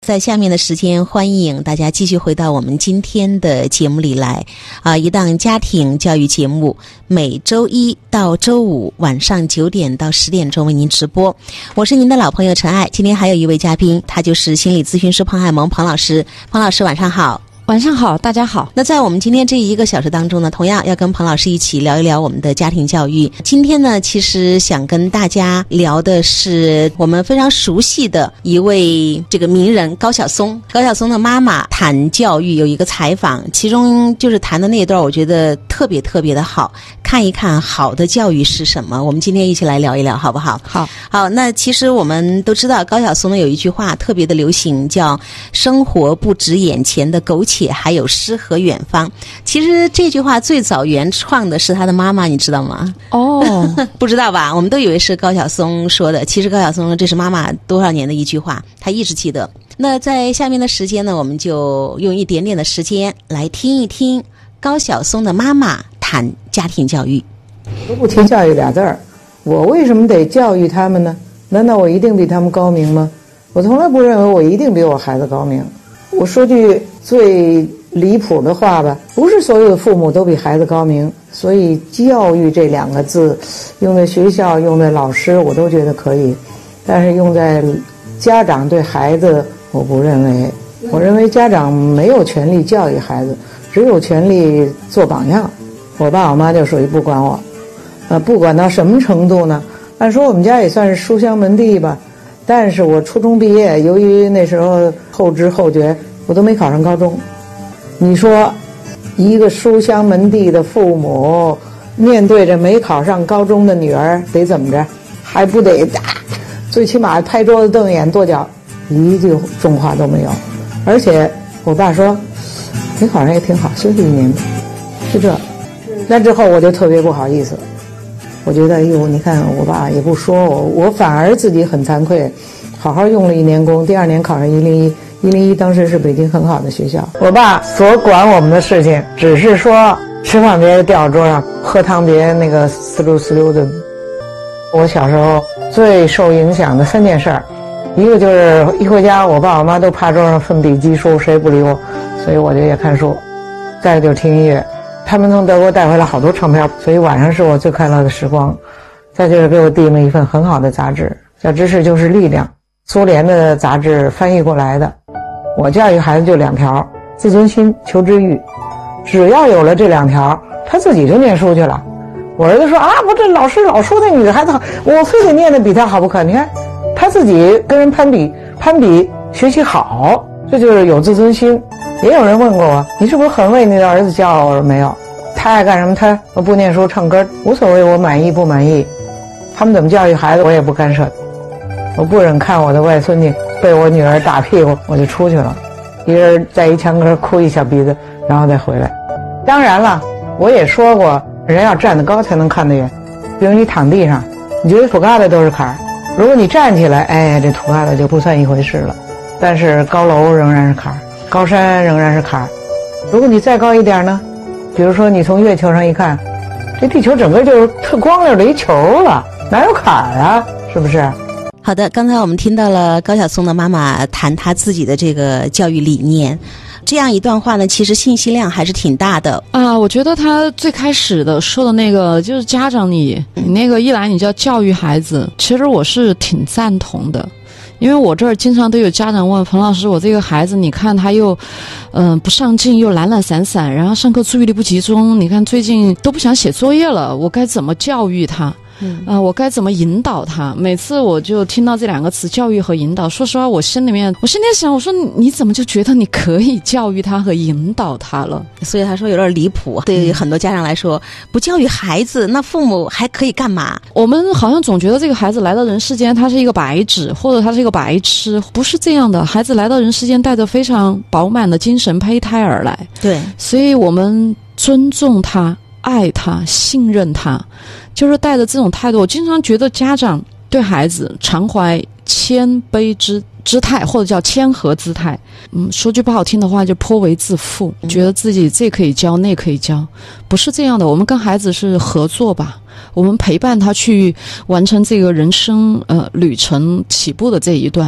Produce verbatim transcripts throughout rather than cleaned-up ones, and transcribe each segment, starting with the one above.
在下面的时间，欢迎大家继续回到我们今天的节目里来啊！一档家庭教育节目，每周一到周五晚上九点到十点钟为您直播。我是您的老朋友陈爱，今天还有一位嘉宾，他就是心理咨询师彭海萌彭老师。彭老师晚上好。 晚上好，大家好。 那在我们今天这一个小时当中呢，同样要跟彭老师一起聊一聊我们的家庭教育。今天呢，其实想跟大家聊的是我们非常熟悉的一位这个名人高晓松。高晓松的妈妈谈教育有一个采访，其中就是谈的那一段，我觉得特别特别的好，看一看好的教育是什么。我们今天一起来聊一聊，好不好？ 好。 好，那其实我们都知道，高晓松呢有一句话特别的流行，叫“生活不止眼前的苟且，还有诗和远方”。其实这句话最早原创的是他的妈妈，你知道吗？ 哦， 不知道吧？我们都以为是高晓松说的，其实高晓松这是妈妈多少年的一句话，他一直记得。那在下面的时间呢，我们就用一点点的时间来听一听高晓松的妈妈谈家庭教育。 都不提教育俩字儿，我为什么得教育他们呢？难道我一定比他们高明吗？我从来不认为我一定比我孩子高明。我说句最离谱的话吧，不是所有的父母都比孩子高明，所以教育这两个字用在学校，用在老师我都觉得可以，但是用在家长对孩子我不认为。我认为家长没有权利教育孩子，只有权利做榜样。我爸我妈就属于不管我，呃，不管到什么程度呢？按说我们家也算是书香门第吧，但是我初中毕业，由于那时候后知后觉，我都没考上高中。你说一个书香门第的父母面对着没考上高中的女儿得怎么着？还不得打，最起码拍桌子瞪眼跺脚，一句重话都没有。而且我爸说没考上也挺好，休息一年吧，是这。那之后我就特别不好意思，我觉得哎呦，你看我爸也不说我，我反而自己很惭愧，好好用了一年功，第二年考上一零一，一零一当时是北京很好的学校。我爸所管我们的事情，只是说吃饭别掉桌上，喝汤别那个滋溜滋溜的。我小时候最受影响的三件事儿，一个就是一回家，我爸我妈都趴桌上奋笔疾书，谁也不理我，所以我就也看书。再一个就是听音乐。他们从德国带回来好多唱片，所以晚上是我最快乐的时光。再就是给我递了一份很好的杂志，叫《知识就是力量》，苏联的杂志翻译过来的。我教育孩子就两条：自尊心、求知欲。只要有了这两条，他自己就念书去了。我儿子说啊，我这老师老说那女孩子好，我非得念得比她好不可。你看，他自己跟人攀比，攀比学习好，这就是有自尊心。也有人问过我，你是不是很为你的儿子骄傲？我说没有，他爱干什么他不念书唱歌无所谓，我满意不满意，他们怎么教育孩子我也不干涉。我不忍看我的外孙女被我女儿打屁股，我就出去了，一个人在一墙根哭一小鼻子，然后再回来。当然了，我也说过人要站得高才能看得远。比如你躺地上，你觉得土疙瘩都是坎儿，如果你站起来，哎，这土疙瘩就不算一回事了。但是高楼仍然是坎儿，高山仍然是坎儿。如果你再高一点呢，比如说你从月球上一看，这地球整个就是特光溜的一球了，哪有坎儿啊？是不是？ 好的，刚才我们听到了高晓松的妈妈谈她自己的这个教育理念，这样一段话呢，其实信息量还是挺大的啊。我觉得他最开始的说的那个，就是家长你你那个一来你就要教育孩子，其实我是挺赞同的。因为我这儿经常都有家长问彭老师，我这个孩子你看他又嗯、呃、不上进，又懒懒散散，然后上课注意力不集中，你看最近都不想写作业了，我该怎么教育他？嗯啊、呃，我该怎么引导他？每次我就听到这两个词，教育和引导。说实话，我心里面，我心里想，我说你怎么就觉得你可以教育他和引导他了？ 所以他说有点离谱。对于很多家长来说，不教育孩子，那父母还可以干嘛？ 我们好像总觉得这个孩子来到人世间，他是一个白纸，或者他是一个白痴，不是这样的。孩子来到人世间，带着非常饱满的精神胚胎而来。对，所以我们尊重他。爱他，信任他，就是带着这种态度。我经常觉得家长对孩子常怀谦卑之姿态，或者叫谦和姿态。嗯，说句不好听的话，就颇为自负，觉得自己这可以教，那可以教，不是这样的。我们跟孩子是合作吧，我们陪伴他去完成这个人生呃旅程起步的这一段。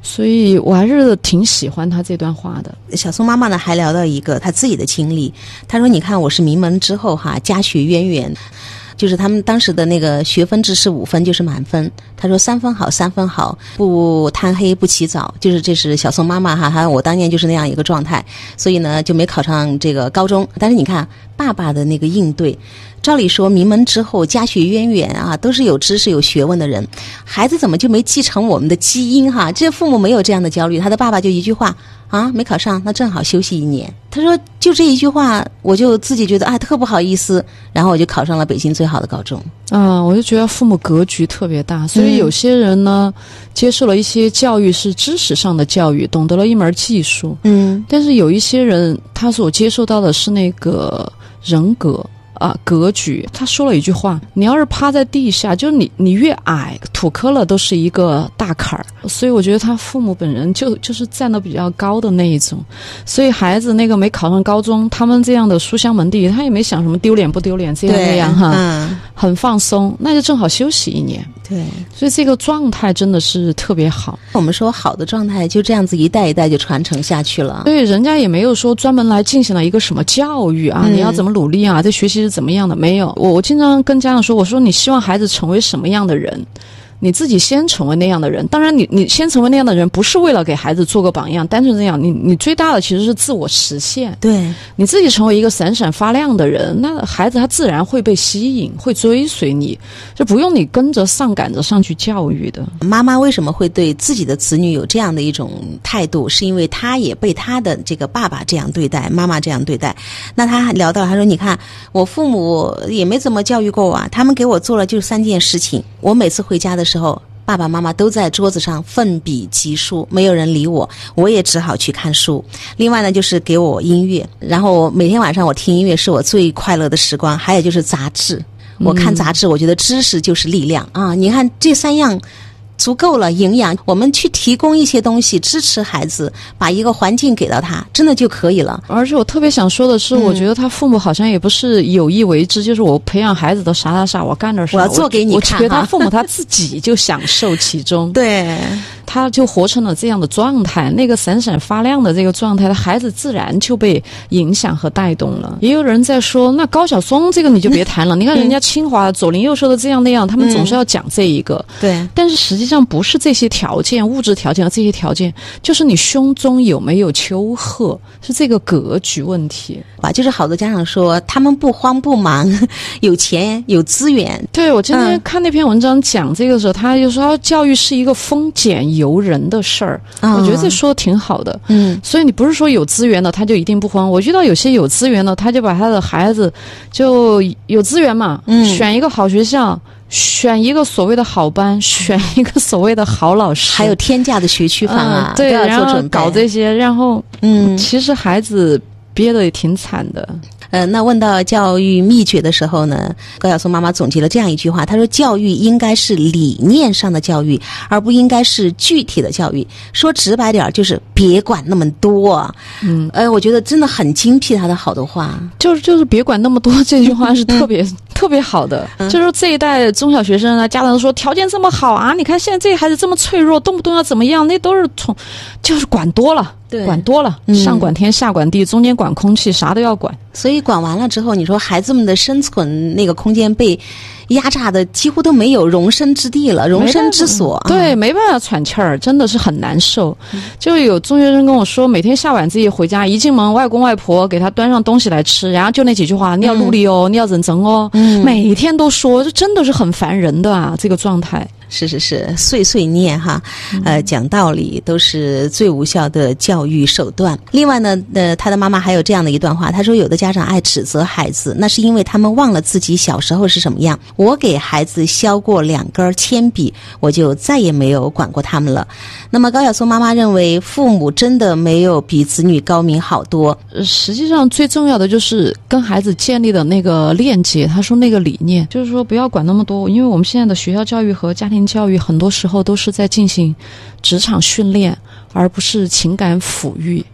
所以我还是挺喜欢他这段话的。 小松妈妈呢还聊到一个她自己的经历，她说你看我是名门之后哈，家学渊源，就是他们当时的那个学分制是五分就是满分，他说三分好三分好，不贪黑不起早，就是这是小松妈妈哈，还有我当年就是那样一个状态，所以呢就没考上这个高中。但是你看爸爸的那个应对，照理说名门之后家学渊源啊，都是有知识有学问的人，孩子怎么就没继承我们的基因哈？这父母没有这样的焦虑，他的爸爸就一句话啊，没考上，那正好休息一年。他说就这一句话，我就自己觉得啊特不好意思，然后我就考上了北京最好的高中。 嗯，我就觉得父母格局特别大，所以有些人呢、嗯、接受了一些教育是知识上的教育，懂得了一门技术，嗯，但是有一些人他所接受到的是那个人格啊，格局。他说了一句话，你要是趴在地下，就是你你越矮，土坷了都是一个大坎儿。所以我觉得他父母本人就就是站得比较高的那一种，所以孩子那个没考上高中，他们这样的书香门第，他也没想什么丢脸不丢脸这样那样哈、嗯，很放松，那就正好休息一年。 对， 所以这个状态真的是特别好。 我们说好的状态就这样子一代一代就传承下去了。 对，人家也没有说专门来进行了一个什么教育啊、嗯、你要怎么努力啊，这学习是怎么样的，没有。我我经常跟家长说，我说你希望孩子成为什么样的人，你自己先成为那样的人。当然你你先成为那样的人不是为了给孩子做个榜样，单纯这样，你你最大的其实是自我实现。 对， 你自己成为一个闪闪发亮的人，那孩子他自然会被吸引，会追随你，就不用你跟着上赶着上去教育的。 妈妈为什么会对自己的子女有这样的一种态度，是因为她也被她的这个爸爸这样对待，妈妈这样对待。那她还聊到了，她说你看我父母也没怎么教育过我啊，他们给我做了就三件事情，我每次回家的时候爸爸妈妈都在桌子上奋笔疾书，没有人理我，我也只好去看书。另外呢就是给我音乐，然后每天晚上我听音乐是我最快乐的时光。还有就是杂志，我看杂志，我觉得知识就是力量啊！你看这三样足够了，营养，我们去提供一些东西支持孩子，把一个环境给到他，真的就可以了。 而且我特别想说的是、嗯、我觉得他父母好像也不是有意为之，就是我培养孩子的啥啥啥，我干点啥， 我要做给你看。 我觉得他父母他自己就享受其中。 对， 他就活成了这样的状态，那个闪闪发亮的这个状态，他孩子自然就被影响和带动了。也有人在说，那高晓松这个你就别谈了、嗯、你看人家清华左邻右舍的这样那样、嗯、他们总是要讲这一个、嗯、 对， 但是实际上不是这些条件，物质条件和这些条件，就是你胸中有没有丘壑，是这个格局问题吧。就是好多家长说他们不慌不忙，有钱有资源。 对，我今天看那篇文章讲这个时候、嗯、他就说教育是一个丰俭由人的事儿、嗯、我觉得这说的挺好的。嗯，所以你不是说有资源的他就一定不慌，我遇到有些有资源的他就把他的孩子就有资源嘛、嗯、选一个好学校，选一个所谓的好班，选一个所谓的好老师， 还有天价的学区房啊、嗯、 对， 都要做准备， 然后搞这些，然后嗯，其实孩子憋得也挺惨的。 呃，那问到教育秘诀的时候呢，高晓松妈妈总结了这样一句话，她说教育应该是理念上的教育，而不应该是具体的教育。说直白点就是别管那么多。嗯，呃，我觉得真的很精辟，她的好多话， 就是就是别管那么多这句话是特别、嗯、特别好的。嗯、就是这一代中小学生啊，家长说条件这么好啊，你看现在这孩子这么脆弱，动不动要怎么样，那都是从就是管多了。对，管多了、嗯、上管天下管地，中间管空气，啥都要管。 所以管完了之后，你说孩子们的生存那个空间被压榨的几乎都没有容身之地了，容身之所。 对，没办法喘气儿，真的是很难受、嗯、就有中学生跟我说，每天下晚自习回家，一进门外公外婆给他端上东西来吃，然后就那几句话，你要努力哦、嗯、你要认真哦、嗯、每天都说，这真的是很烦人的啊，这个状态。 是是是，碎碎念哈，呃，讲道理都是最无效的教育手段。另外呢，呃，他的妈妈还有这样的一段话，他说有的家长爱指责孩子，那是因为他们忘了自己小时候是什么样。我给孩子削过两根铅笔，我就再也没有管过他们了。那么高晓松妈妈认为，父母真的没有比子女高明好多。 实际上最重要的就是跟孩子建立的那个链接。他说那个理念就是说不要管那么多，因为我们现在的学校教育和家庭教育很多时候都是在进行职场训练，而不是情感抚育。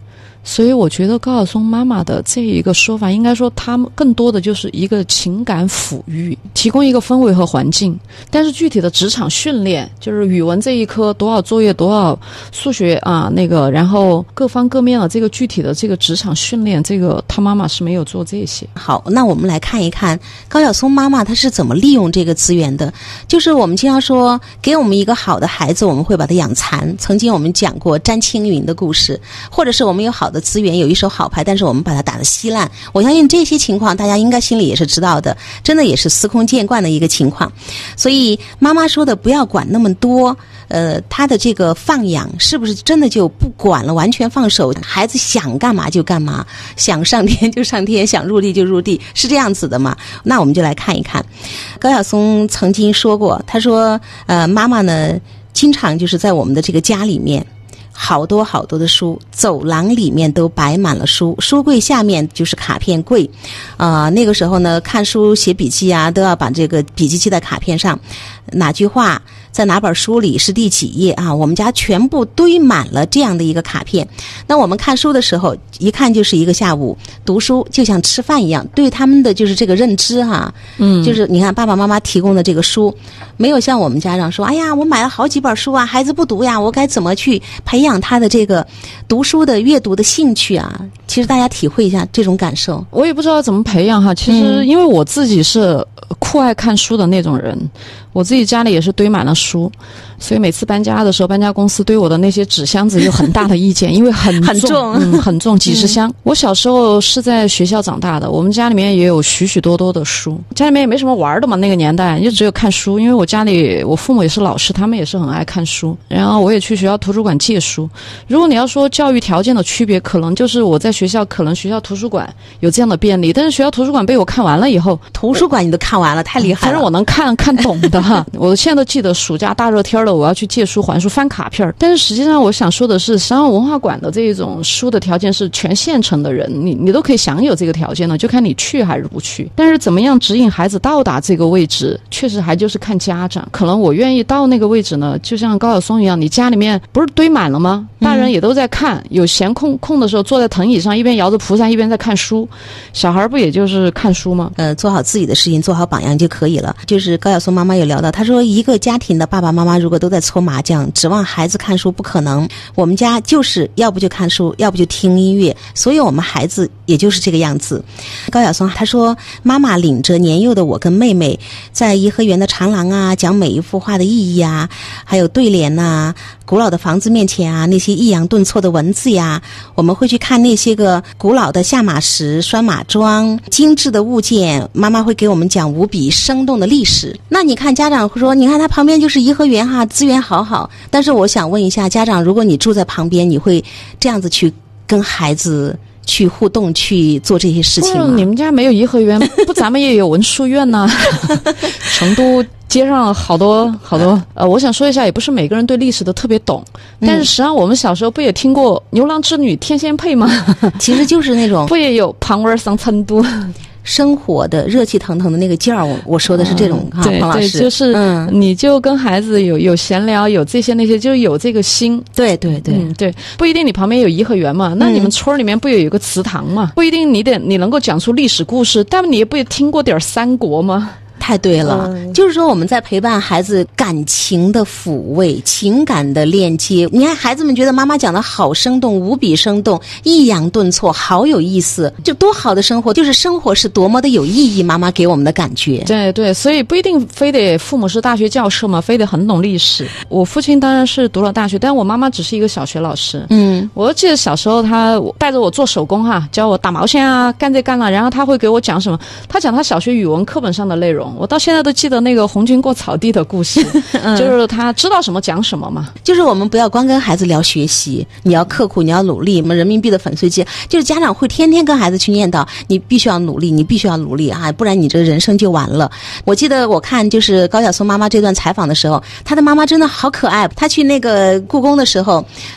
所以我觉得高晓松妈妈的这一个说法，应该说他们更多的就是一个情感抚育，提供一个氛围和环境。但是具体的职场训练，就是语文这一科多少作业多少数学啊那个，然后各方各面的这个具体的这个职场训练，这个他妈妈是没有做这些。 好，那我们来看一看高晓松妈妈她是怎么利用这个资源的。就是我们经常说给我们一个好的孩子，我们会把他养残。曾经我们讲过詹青云的故事，或者是我们有好的资源，有一手好牌，但是我们把它打得稀烂。我相信这些情况大家应该心里也是知道的，真的也是司空见惯的一个情况。所以妈妈说的不要管那么多，呃，他的这个放养是不是真的就不管了，完全放手，孩子想干嘛就干嘛，想上天就上天，想入地就入地，是这样子的吗？那我们就来看一看。高晓松曾经说过，他说呃，妈妈呢经常就是在我们的这个家里面好多好多的书，走廊里面都摆满了书，书柜下面就是卡片柜。呃，那个时候呢，看书写笔记啊，都要把这个笔记记在卡片上，哪句话在哪本书里是第几页啊？我们家全部堆满了这样的一个卡片。那我们看书的时候，一看就是一个下午，读书就像吃饭一样，对他们的就是这个认知哈、啊，嗯，就是你看爸爸妈妈提供的这个书，没有像我们家长说，哎呀，我买了好几本书啊，孩子不读呀，我该怎么去培养他的这个读书的阅读的兴趣啊？其实大家体会一下这种感受。 我也不知道怎么培养哈，其实因为我自己是酷爱看书的那种人，我自己家里也是堆满了书，所以每次搬家的时候，搬家公司对我的那些纸箱子有很大的意见，因为很重很重、 嗯、很重，几十箱、嗯。我小时候是在学校长大的，我们家里面也有许许多多的书，家里面也没什么玩的嘛，那个年代就只有看书。因为我家里我父母也是老师，他们也是很爱看书，然后我也去学校图书馆借书。如果你要说教育条件的区别，可能就是我在学校，可能学校图书馆有这样的便利，但是学校图书馆被我看完了以后， 图书馆你都看完了，太厉害了。 反正我能看看懂的哈，我现在都记得暑假大热天的，我要去借书还书翻卡片。但是实际上我想说的是，实际上文化馆的这一种书的条件是全县城的人，你你都可以享有这个条件的，就看你去还是不去。但是怎么样指引孩子到达这个位置，确实还就是看家长。可能我愿意到那个位置呢，就像高晓松一样，你家里面不是堆满了吗？大人也都在看，有闲空空的时候坐在藤椅上，一边摇着蒲扇一边在看书，小孩不也就是看书吗？ 呃，做好自己的事情，做好榜样就可以了。就是高晓松妈妈有聊到，她说一个家庭的爸爸妈妈如果都在搓麻将，指望孩子看书不可能。我们家就是要不就看书，要不就听音乐，所以我们孩子也就是这个样子。高晓松她说，妈妈领着年幼的我跟妹妹，在颐和园的长廊啊，讲每一幅画的意义啊，还有对联呐、啊，古老的房子面前啊，那些抑扬顿挫的文字呀，我们会去看那些个古老的下马石、拴马桩、精致的物件，妈妈会给我们讲无比生动的历史。那你看家长会说，你看他旁边就是颐和园哈，资源好好。但是我想问一下家长，如果你住在旁边，你会这样子去跟孩子去互动，去做这些事情吗？ 你们家没有颐和园，不咱们也有文殊院呢、啊、成都街上好多好多呃，我想说一下，也不是每个人对历史都特别懂，但是实际上我们小时候不也听过牛郎织女天仙配吗？ 其实就是那种不也有旁儿上成都生活的热气腾腾的那个劲儿，我我说的是这种哈、嗯啊，彭老师， 对，就是嗯，你就跟孩子有有闲聊，有这些那些，就有这个心， 对对对、 嗯、对，不一定你旁边有颐和园嘛，那你们村里面不也有一个祠堂嘛？不一定你得你能够讲出历史故事，但你也不也听过点三国吗？ 太对了、嗯、就是说我们在陪伴孩子感情的抚慰，情感的链接。你看孩子们觉得妈妈讲的好生动，无比生动，抑扬顿挫，好有意思，就多好的生活，就是生活是多么的有意义，妈妈给我们的感觉。 对对，所以不一定非得父母是大学教授嘛，非得很懂历史。我父亲当然是读了大学，但我妈妈只是一个小学老师。嗯，我记得小时候他带着我做手工哈，教我打毛线啊，干这干了，然后他会给我讲什么，他讲他小学语文课本上的内容，我到现在都记得那个红军过草地的故事、嗯、就是他知道什么讲什么嘛。 就是我们不要光跟孩子聊学习，你要刻苦，你要努力。我们人民币的粉碎机，就是家长会天天跟孩子去念叨，你必须要努力，你必须要努力啊，不然你这人生就完了。我记得我看就是高晓松妈妈这段采访的时候，她的妈妈真的好可爱。她去那个故宫的时候，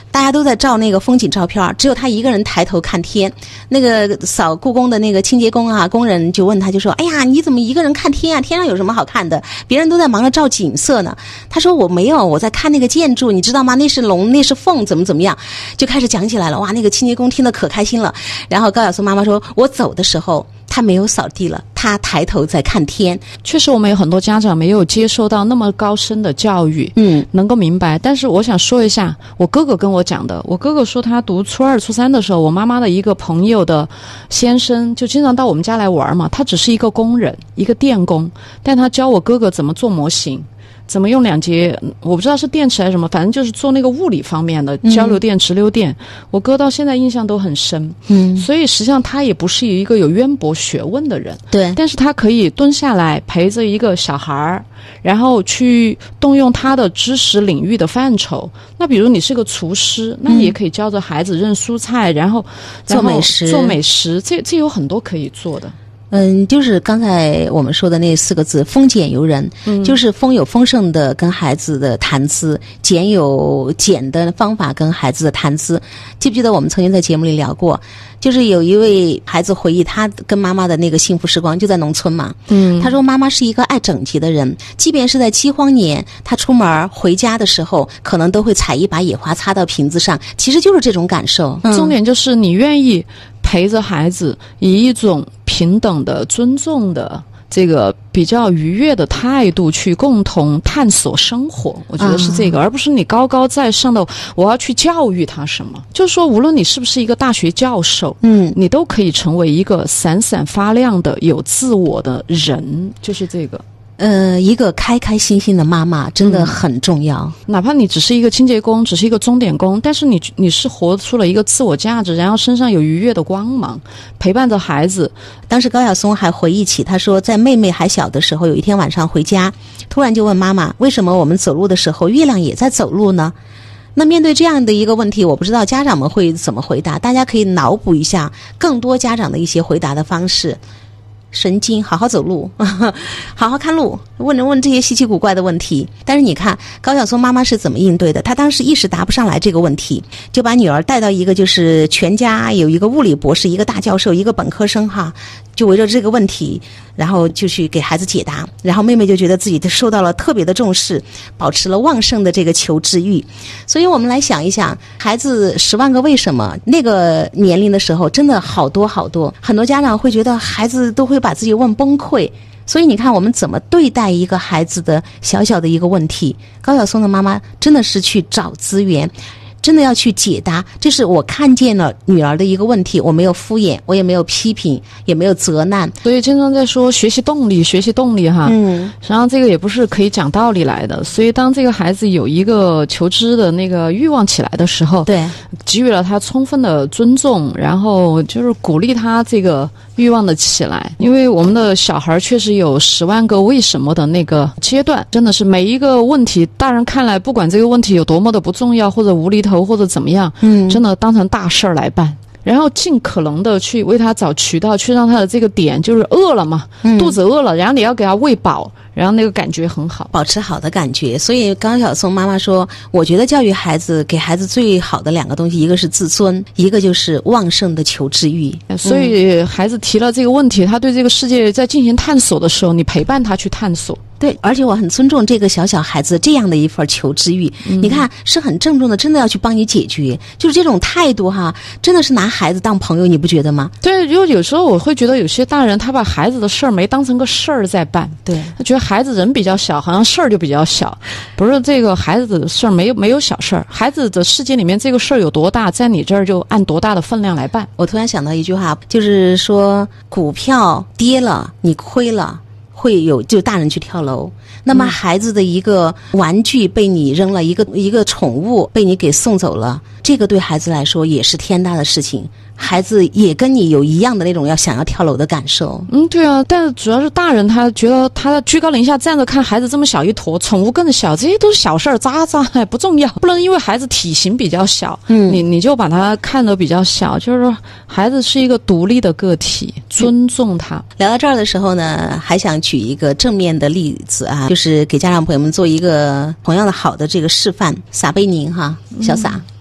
大家都在照那个风景照片，只有他一个人抬头看天。那个扫故宫的那个清洁工啊，工人就问他，就说：“哎呀，你怎么一个人看天啊？天上有什么好看的？别人都在忙着照景色呢。”他说：“我没有，我在看那个建筑，你知道吗？那是龙，那是凤，怎么怎么样。”就开始讲起来了。哇，那个清洁工听得可开心了。然后高晓松妈妈说：“我走的时候，他没有扫地了，他抬头在看天。” 确实我们有很多家长没有接受到那么高深的教育， 嗯， 能够明白。但是我想说一下我哥哥跟我讲的，我哥哥说他读初二初三的时候，我妈妈的一个朋友的先生就经常到我们家来玩嘛，他只是一个工人，一个电工，但他教我哥哥怎么做模型，怎么用两节，我不知道是电池还是什么，反正就是做那个物理方面的交流电、直流电。我哥到现在印象都很深。嗯，所以实际上他也不是一个有渊博学问的人， 对， 但是他可以蹲下来陪着一个小孩，然后去动用他的知识领域的范畴。那比如你是个厨师，那你也可以教着孩子认蔬菜，然后做美食， 做美食，这这有很多可以做的。 嗯，就是刚才我们说的那四个字，丰俭由人。嗯，就是丰有丰盛的跟孩子的谈资，俭有俭的方法跟孩子的谈资。记不记得我们曾经在节目里聊过，就是有一位孩子回忆他跟妈妈的那个幸福时光，就在农村嘛。嗯，他说妈妈是一个爱整洁的人，即便是在饥荒年，他出门回家的时候，可能都会采一把野花插到瓶子上，其实就是这种感受。 嗯，重点就是你愿意陪着孩子，以一种平等的、尊重的、这个比较愉悦的态度去共同探索生活，我觉得是这个，嗯，而不是你高高在上的我要去教育他什么。就是说，无论你是不是一个大学教授，嗯，你都可以成为一个闪闪发亮的、有自我的人，就是这个。 呃，一个开开心心的妈妈真的很重要，嗯， 哪怕你只是一个清洁工，只是一个钟点工，但是你你是活出了一个自我价值，然后身上有愉悦的光芒，陪伴着孩子。 当时高晓松还回忆起，他说在妹妹还小的时候，有一天晚上回家，突然就问妈妈，为什么我们走路的时候月亮也在走路呢？那面对这样的一个问题，我不知道家长们会怎么回答，大家可以脑补一下更多家长的一些回答的方式。神经，好好走路，好好看路，问着问这些稀奇古怪的问题。但是你看高晓松妈妈是怎么应对的，她当时一时答不上来这个问题，就把女儿带到一个就是全家有一个物理博士，一个大教授，一个本科生哈，就围着这个问题，然后就去给孩子解答。然后妹妹就觉得自己受到了特别的重视，保持了旺盛的这个求知欲。所以我们来想一想，孩子十万个为什么，那个年龄的时候真的好多好多，很多家长会觉得孩子都会把自己问崩溃。所以你看我们怎么对待一个孩子的小小的一个问题，高晓松的妈妈真的是去找资源，真的要去解答。这是我看见了女儿的一个问题，我没有敷衍，我也没有批评，也没有责难。 所以经常在说学习动力，学习动力哈。嗯，实际上这个也不是可以讲道理来的。所以当这个孩子有一个求知的那个欲望起来的时候， 对， 给予了他充分的尊重，然后就是鼓励他这个欲望的起来。因为我们的小孩确实有十万个为什么的那个阶段，真的是每一个问题，大人看来不管这个问题有多么的不重要或者无厘头或者怎么样，嗯，真的当成大事儿来办，然后尽可能的去为他找渠道，去让他的这个点就是饿了嘛，嗯，肚子饿了，然后你要给他喂饱，然后那个感觉很好， 保持好的感觉。所以高晓松妈妈说，我觉得教育孩子，给孩子最好的两个东西，一个是自尊，一个就是旺盛的求知欲。 所以孩子提了这个问题，他对这个世界在进行探索的时候，你陪伴他去探索。 对，而且我很尊重这个小小孩子这样的一份求知欲，嗯，你看是很郑重的，真的要去帮你解决，就是这种态度哈，真的是拿孩子当朋友，你不觉得吗？ 对，就有时候我会觉得有些大人他把孩子的事儿没当成个事儿在办， 对， 他觉得孩子人比较小，好像事儿就比较小，不是这个孩子的事儿没有没有小事儿，孩子的世界里面这个事儿有多大，在你这儿就按多大的分量来办。 我突然想到一句话，就是说股票跌了，你亏了。会有就大人去跳楼，那么孩子的一个玩具被你扔了，一个一个宠物被你给送走了，这个对孩子来说也是天大的事情，孩子也跟你有一样的那种要想要跳楼的感受。 嗯，对啊，但是主要是大人他觉得他居高临下站着看孩子这么小一坨，宠物更小，这些都是小事儿，渣渣不重要，不能因为孩子体型比较小，嗯，你你就把他看得比较小，就是说孩子是一个独立的个体，尊重他。 聊到这儿的时候呢，还想举一个正面的例子啊，就是给家长朋友们做一个同样的好的这个示范。撒贝宁哈，小撒。嗯，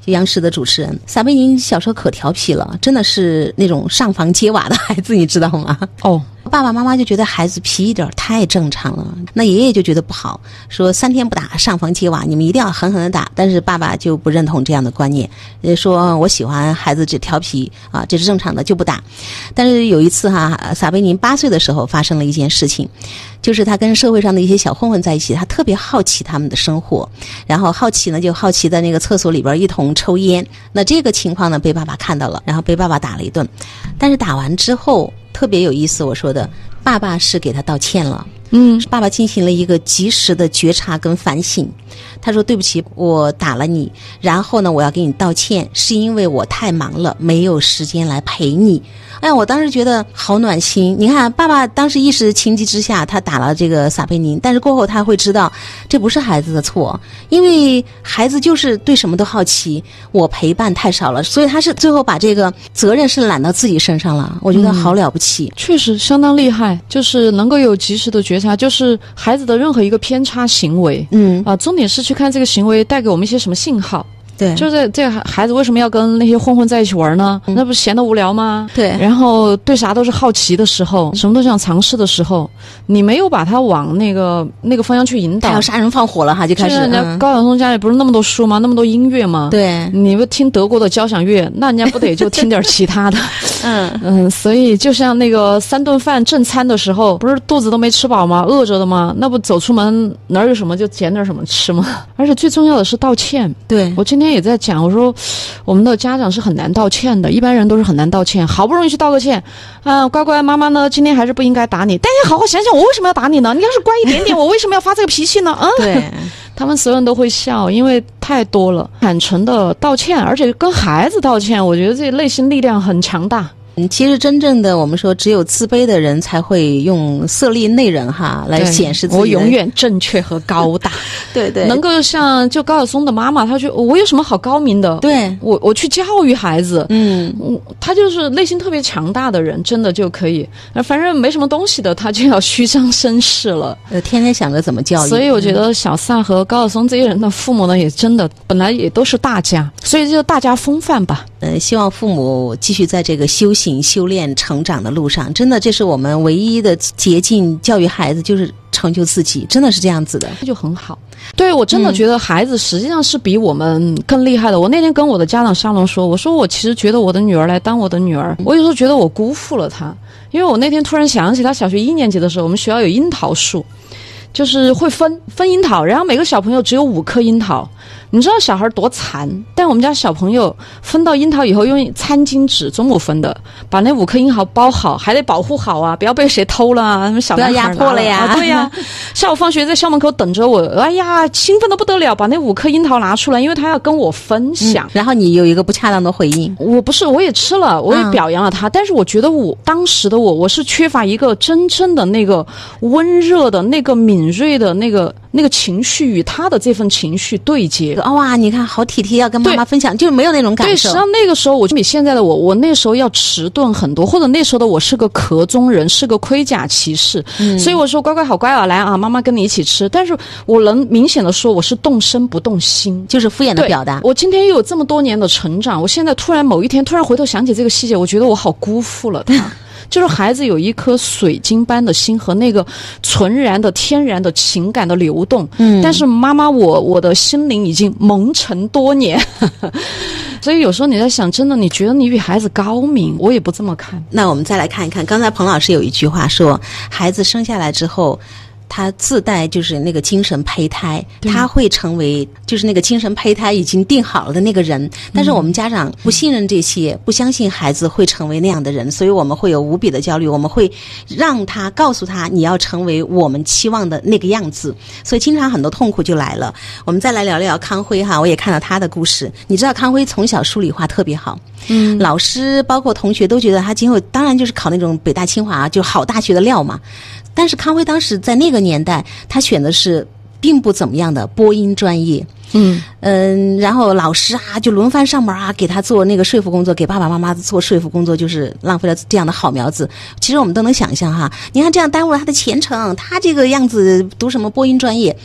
央视的主持人。撒贝宁小时候可调皮了，真的是那种上房揭瓦的孩子，你知道吗？ 哦， 爸爸妈妈就觉得孩子皮一点太正常了，那爷爷就觉得不好，说三天不打上房揭瓦，你们一定要狠狠的打。但是爸爸就不认同这样的观念，说我喜欢孩子这调皮啊，这是正常的，就不打。但是有一次哈，撒贝宁八岁的时候发生了一件事情，就是他跟社会上的一些小混混在一起，他特别好奇他们的生活，然后好奇呢就好奇在那个厕所里边一同抽烟。那这个情况呢被爸爸看到了，然后被爸爸打了一顿。但是打完之后特别有意思，我说的爸爸是给他道歉了。嗯，爸爸进行了一个及时的觉察跟反省。他说对不起，我打了你，然后呢我要给你道歉，是因为我太忙了，没有时间来陪你。哎呀，我当时觉得好暖心。你看爸爸当时一时情急之下他打了这个撒贝宁，但是过后他会知道这不是孩子的错，因为孩子就是对什么都好奇，我陪伴太少了，所以他是最后把这个责任是揽到自己身上了。我觉得好了不起、嗯、 确实相当厉害，就是能够有及时的觉察，就是孩子的任何一个偏差行为，嗯啊，重点是去看这个行为带给我们一些什么信号。对，就是这个孩子为什么要跟那些混混在一起玩呢？嗯、那不是闲得无聊吗？对，然后对啥都是好奇的时候，什么都想尝试的时候，你没有把他往那个那个方向去引导， 他要杀人放火了哈，就开始。 人家高晓松家里不是那么多书吗？那么多音乐吗？对，你不听德国的交响乐，那人家不得就听点其他的？嗯嗯，所以就像那个三顿饭正餐的时候，不是肚子都没吃饱吗？饿着的吗？那不走出门哪儿有什么就捡点什么吃吗？而且最重要的是道歉。对，我今天也在讲，我说我们的家长是很难道歉的，一般人都是很难道歉，好不容易去道个歉啊，乖乖妈妈呢今天还是不应该打你，但你好好想想我为什么要打你呢？你要是乖一点点我为什么要发这个脾气呢？嗯，对，他们所有人都会笑，因为太多了。坦诚的道歉，而且跟孩子道歉，我觉得这内心力量很强大。 其实真正的我们说只有自卑的人才会用色厉内荏哈来显示自己， 我永远正确和高大。对对，能够像就高晓松的妈妈，她说我有什么好高明的？对，我我去教育孩子，嗯，他就是内心特别强大的人，真的就可以。反正没什么东西的，他就要虚张声势了， 呃，天天想着怎么教育。 所以我觉得小撒和高晓松这些人的父母呢，也真的本来也都是大家，所以就大家风范吧。 呃，希望父母继续在这个修行、修炼、成长的路上，真的这是我们唯一的捷径。教育孩子就是成就自己，真的是这样子的， 这就很好。对，我真的觉得孩子实际上是比我们更厉害的。嗯、我那天跟我的家长沙龙说，我说我其实觉得我的女儿来当我的女儿，我有时候觉得我辜负了她，因为我那天突然想起，她小学一年级的时候，我们学校有樱桃树。就是会分分樱桃，然后每个小朋友只有五颗樱桃。你知道小孩多残，但我们家小朋友分到樱桃以后用餐巾纸中午分的，把那五颗樱桃包好，还得保护好啊，不要被谁偷了啊，小不要压迫了呀、 啊、对呀。下午放学在校门口等着我，哎呀兴奋得不得了，把那五颗樱桃拿出来，因为他要跟我分享、嗯、 然后你有一个不恰当的回应。 我不是，我也吃了，我也表扬了他、嗯、但是我觉得我当时的我我是缺乏一个真正的那个温热的那个敏锐的那个那个情绪与他的这份情绪对接。 哇，你看好体贴，要跟妈妈分享，就是没有那种感受。 对，实际上那个时候我就比现在的我，我那时候要迟钝很多，或者那时候的我是个壳中人，是个盔甲骑士、嗯、所以我说乖乖好乖啊，来啊，妈妈跟你一起吃。但是我能明显的说我是动身不动心， 就是敷衍的表达。 我今天又有这么多年的成长，我现在突然某一天突然回头想起这个细节，我觉得我好辜负了他。就是孩子有一颗水晶般的心和那个纯然的天然的情感的流动，嗯，但是妈妈我我的心灵已经蒙尘多年所以有时候你在想，真的你觉得你比孩子高明，我也不这么看。 那我们再来看一看，刚才彭老师有一句话说，孩子生下来之后他自带就是那个精神胚胎，他会成为就是那个精神胚胎已经定好了的那个人。但是我们家长不信任这些，不相信孩子会成为那样的人，所以我们会有无比的焦虑，我们会让他告诉他你要成为我们期望的那个样子，所以经常很多痛苦就来了。我们再来聊聊康辉哈，我也看到他的故事。你知道康辉从小数理化特别好，嗯，老师包括同学都觉得他今后当然就是考那种北大清华就好大学的料嘛。但是康辉当时在那个年代，他选的是并不怎么样的播音专业，嗯嗯，然后老师啊就轮番上门啊，给他做那个说服工作，给爸爸妈妈做说服工作，就是浪费了这样的好苗子。其实我们都能想象哈，你看这样耽误了他的前程，他这个样子读什么播音专业？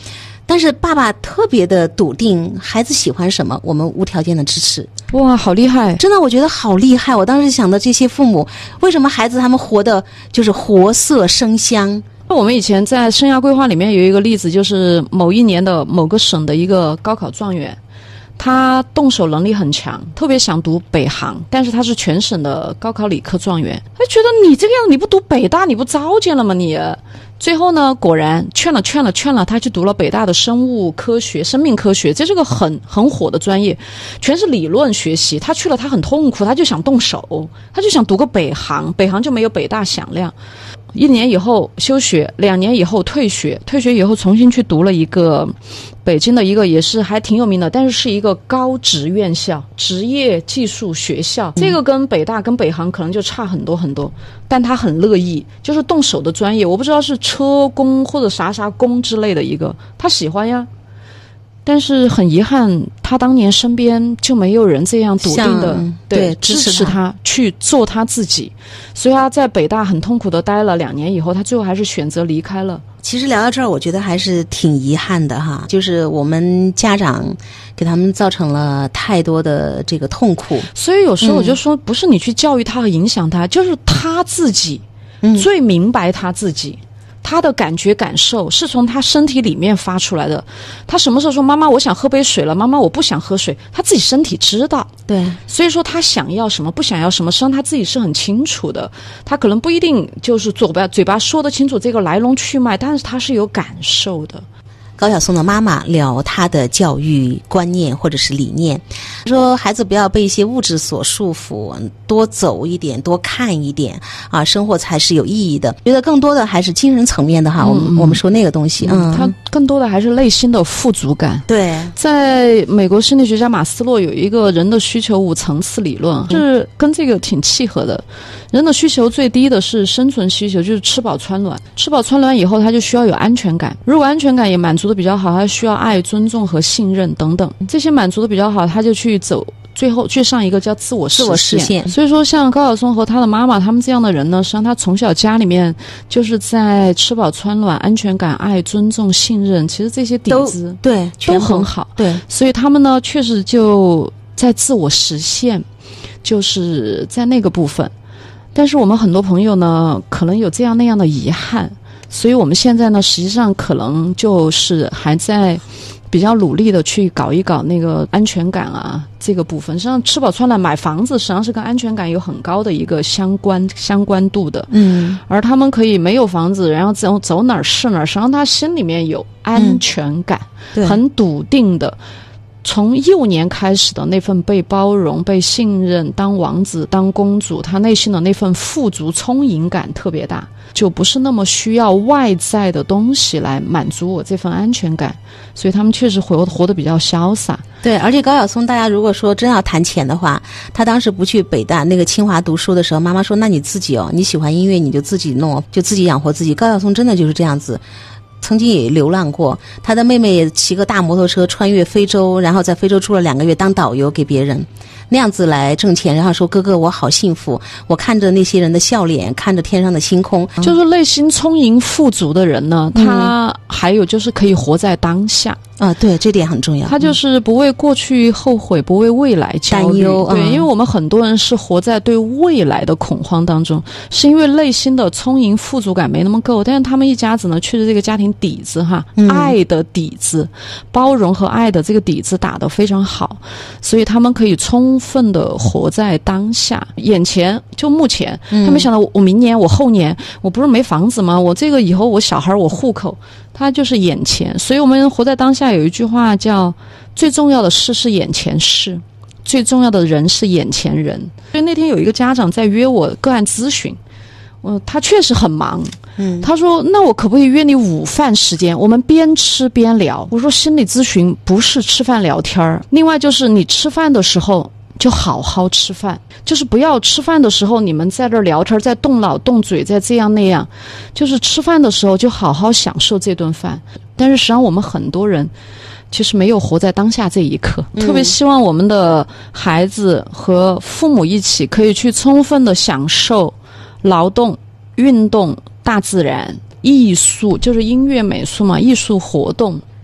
但是爸爸特别的笃定，孩子喜欢什么，我们无条件的支持。 哇，好厉害！ 真的，我觉得好厉害。我当时想到这些父母，为什么孩子他们活的就是活色生香？ 我们以前在生涯规划里面有一个例子，就是某一年的某个省的一个高考状元，他动手能力很强，特别想读北航，但是他是全省的高考理科状元，他觉得你这个样子你不读北大你不糟践了吗你？最后呢，果然劝了劝了劝了，他去读了北大的生物科学、生命科学，这是个很很火的专业，全是理论学习。他去了，他很痛苦，他就想动手，他就想读个北航，北航就没有北大响亮。一年以后休学，两年以后退学，退学以后重新去读了一个北京的一个也是还挺有名的，但是是一个高职院校，职业技术学校。这个跟北大跟北航可能就差很多很多，但他很乐意，就是动手的专业，我不知道是车工或者啥啥工之类的一个，他喜欢呀。但是很遗憾，他当年身边就没有人这样笃定的 对, 对支持他去做他自己，所以他在北大很痛苦的待了两年以后，他最后还是选择离开了。 其实聊到这儿，我觉得还是挺遗憾的哈，就是我们家长给他们造成了太多的这个痛苦。 所以有时候我就说，不是你去教育他和影响他，就是他自己最明白他自己。嗯，他的感觉感受是从他身体里面发出来的，他什么时候说妈妈我想喝杯水了，妈妈我不想喝水，他自己身体知道。 对， 所以说他想要什么不想要什么，实际上他自己是很清楚的，他可能不一定就是嘴巴嘴巴说得清楚这个来龙去脉，但是他是有感受的。 高晓松的妈妈聊她的教育观念或者是理念，说孩子不要被一些物质所束缚，多走一点，多看一点啊，生活才是有意义的。觉得更多的还是精神层面的哈，嗯、我们我们说那个东西，嗯， 它更多的还是内心的富足感。 对， 在美国心理学家马斯洛有一个人的需求五层次理论，是跟这个挺契合的。人的需求最低的是生存需求，就是吃饱穿暖。吃饱穿暖以后，他就需要有安全感。如果安全感也满足的比较好，他需要爱、尊重和信任等等。这些满足的比较好，他就去走。最后去上一个叫自我实现。自我实现。所以说像高晓松和他的妈妈他们这样的人呢，实际上他从小家里面就是在吃饱穿暖、安全感、爱、尊重、信任，其实这些底子都对都很好。 对， 所以他们呢确实就在自我实现，就是在那个部分。但是我们很多朋友呢可能有这样那样的遗憾，所以我们现在呢实际上可能就是还在比较努力的去搞一搞那个安全感啊这个部分。实际上吃饱穿暖买房子实际上是跟安全感有很高的一个相关相关度的。 嗯， 而他们可以没有房子，然后走走哪儿是哪儿，实际上他心里面有安全感，嗯、很笃定的。从幼年开始的那份被包容、被信任，当王子、当公主，他内心的那份富足、充盈感特别大，就不是那么需要外在的东西来满足我这份安全感，所以他们确实活活得比较潇洒。 对，而且高晓松，大家如果说真要谈钱的话，他当时不去北大那个清华读书的时候，妈妈说：“那你自己哦，你喜欢音乐你就自己弄，就自己养活自己。”高晓松真的就是这样子。曾经也流浪过，他的妹妹也骑个大摩托车穿越非洲，然后在非洲住了两个月当导游给别人，那样子来挣钱，然后说哥哥我好幸福，我看着那些人的笑脸，看着天上的星空。 就是内心充盈富足的人呢，嗯、他还有就是可以活在当下啊，对，这点很重要。 他就是不为过去后悔，不为未来焦虑。对、嗯，因为我们很多人是活在对未来的恐慌当中，是因为内心的充盈富足感没那么够。但是他们一家子呢，确实这个家庭底子哈，嗯、爱的底子、包容和爱的这个底子打得非常好，所以他们可以充分的活在当下，眼前就目前。嗯、他没想到我明年、我后年，我不是没房子吗？我这个以后我小孩我户口。它就是眼前，所以我们活在当下有一句话叫最重要的事是眼前事，最重要的人是眼前人。所以那天有一个家长在约我个案咨询，我他确实很忙，嗯，他说那我可不可以约你午饭时间，我们边吃边聊。我说心理咨询不是吃饭聊天，另外就是你吃饭的时候就好好吃饭，就是不要吃饭的时候你们在这儿聊天，在动脑动嘴，在这样那样，就是吃饭的时候就好好享受这顿饭。但是实际上我们很多人其实没有活在当下这一刻、嗯、特别希望我们的孩子和父母一起可以去充分的享受劳动、运动、大自然、艺术，就是音乐美术嘛，艺术活动，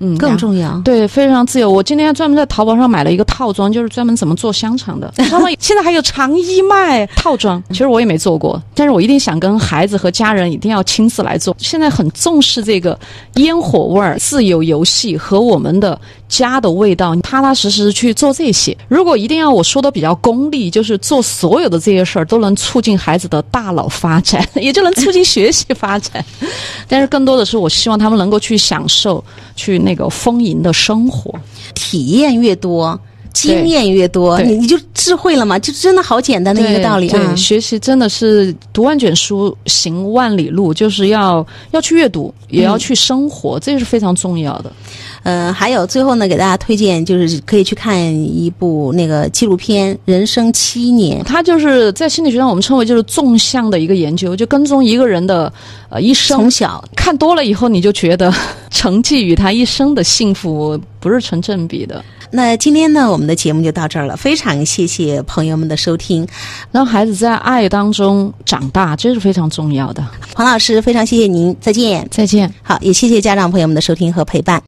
嗯， 更重要。 对，非常自由。我今天专门在淘宝上买了一个套装，就是专门怎么做香肠的。他们现在还有肠衣卖套装，其实我也没做过，但是我一定想跟孩子和家人一定要亲自来做。现在很重视这个烟火味儿、自由游戏和我们的家的味道，踏踏实实去做这些。如果一定要我说的比较功利，就是做所有的这些事儿都能促进孩子的大脑发展，也就能促进学习发展。但是更多的是我希望他们能够去享受去那个丰盈的生活。 体验越多，经验越多，你你就智慧了嘛，就真的好简单的一个道理啊！ 对，学习真的是读万卷书，行万里路，就是要要去阅读，也要去生活，嗯、这是非常重要的。 呃，还有最后呢，给大家推荐就是可以去看一部那个纪录片《人生七年》， 它就是在心理学上我们称为就是纵向的一个研究，就跟踪一个人的呃一生， 从小看多了以后，你就觉得成绩与他一生的幸福不是成正比的。 那今天呢，我们的节目就到这儿了，非常谢谢朋友们的收听。 让孩子在爱当中长大，这是非常重要的。 黄老师，非常谢谢您，再见。 再见。 好，也谢谢家长朋友们的收听和陪伴。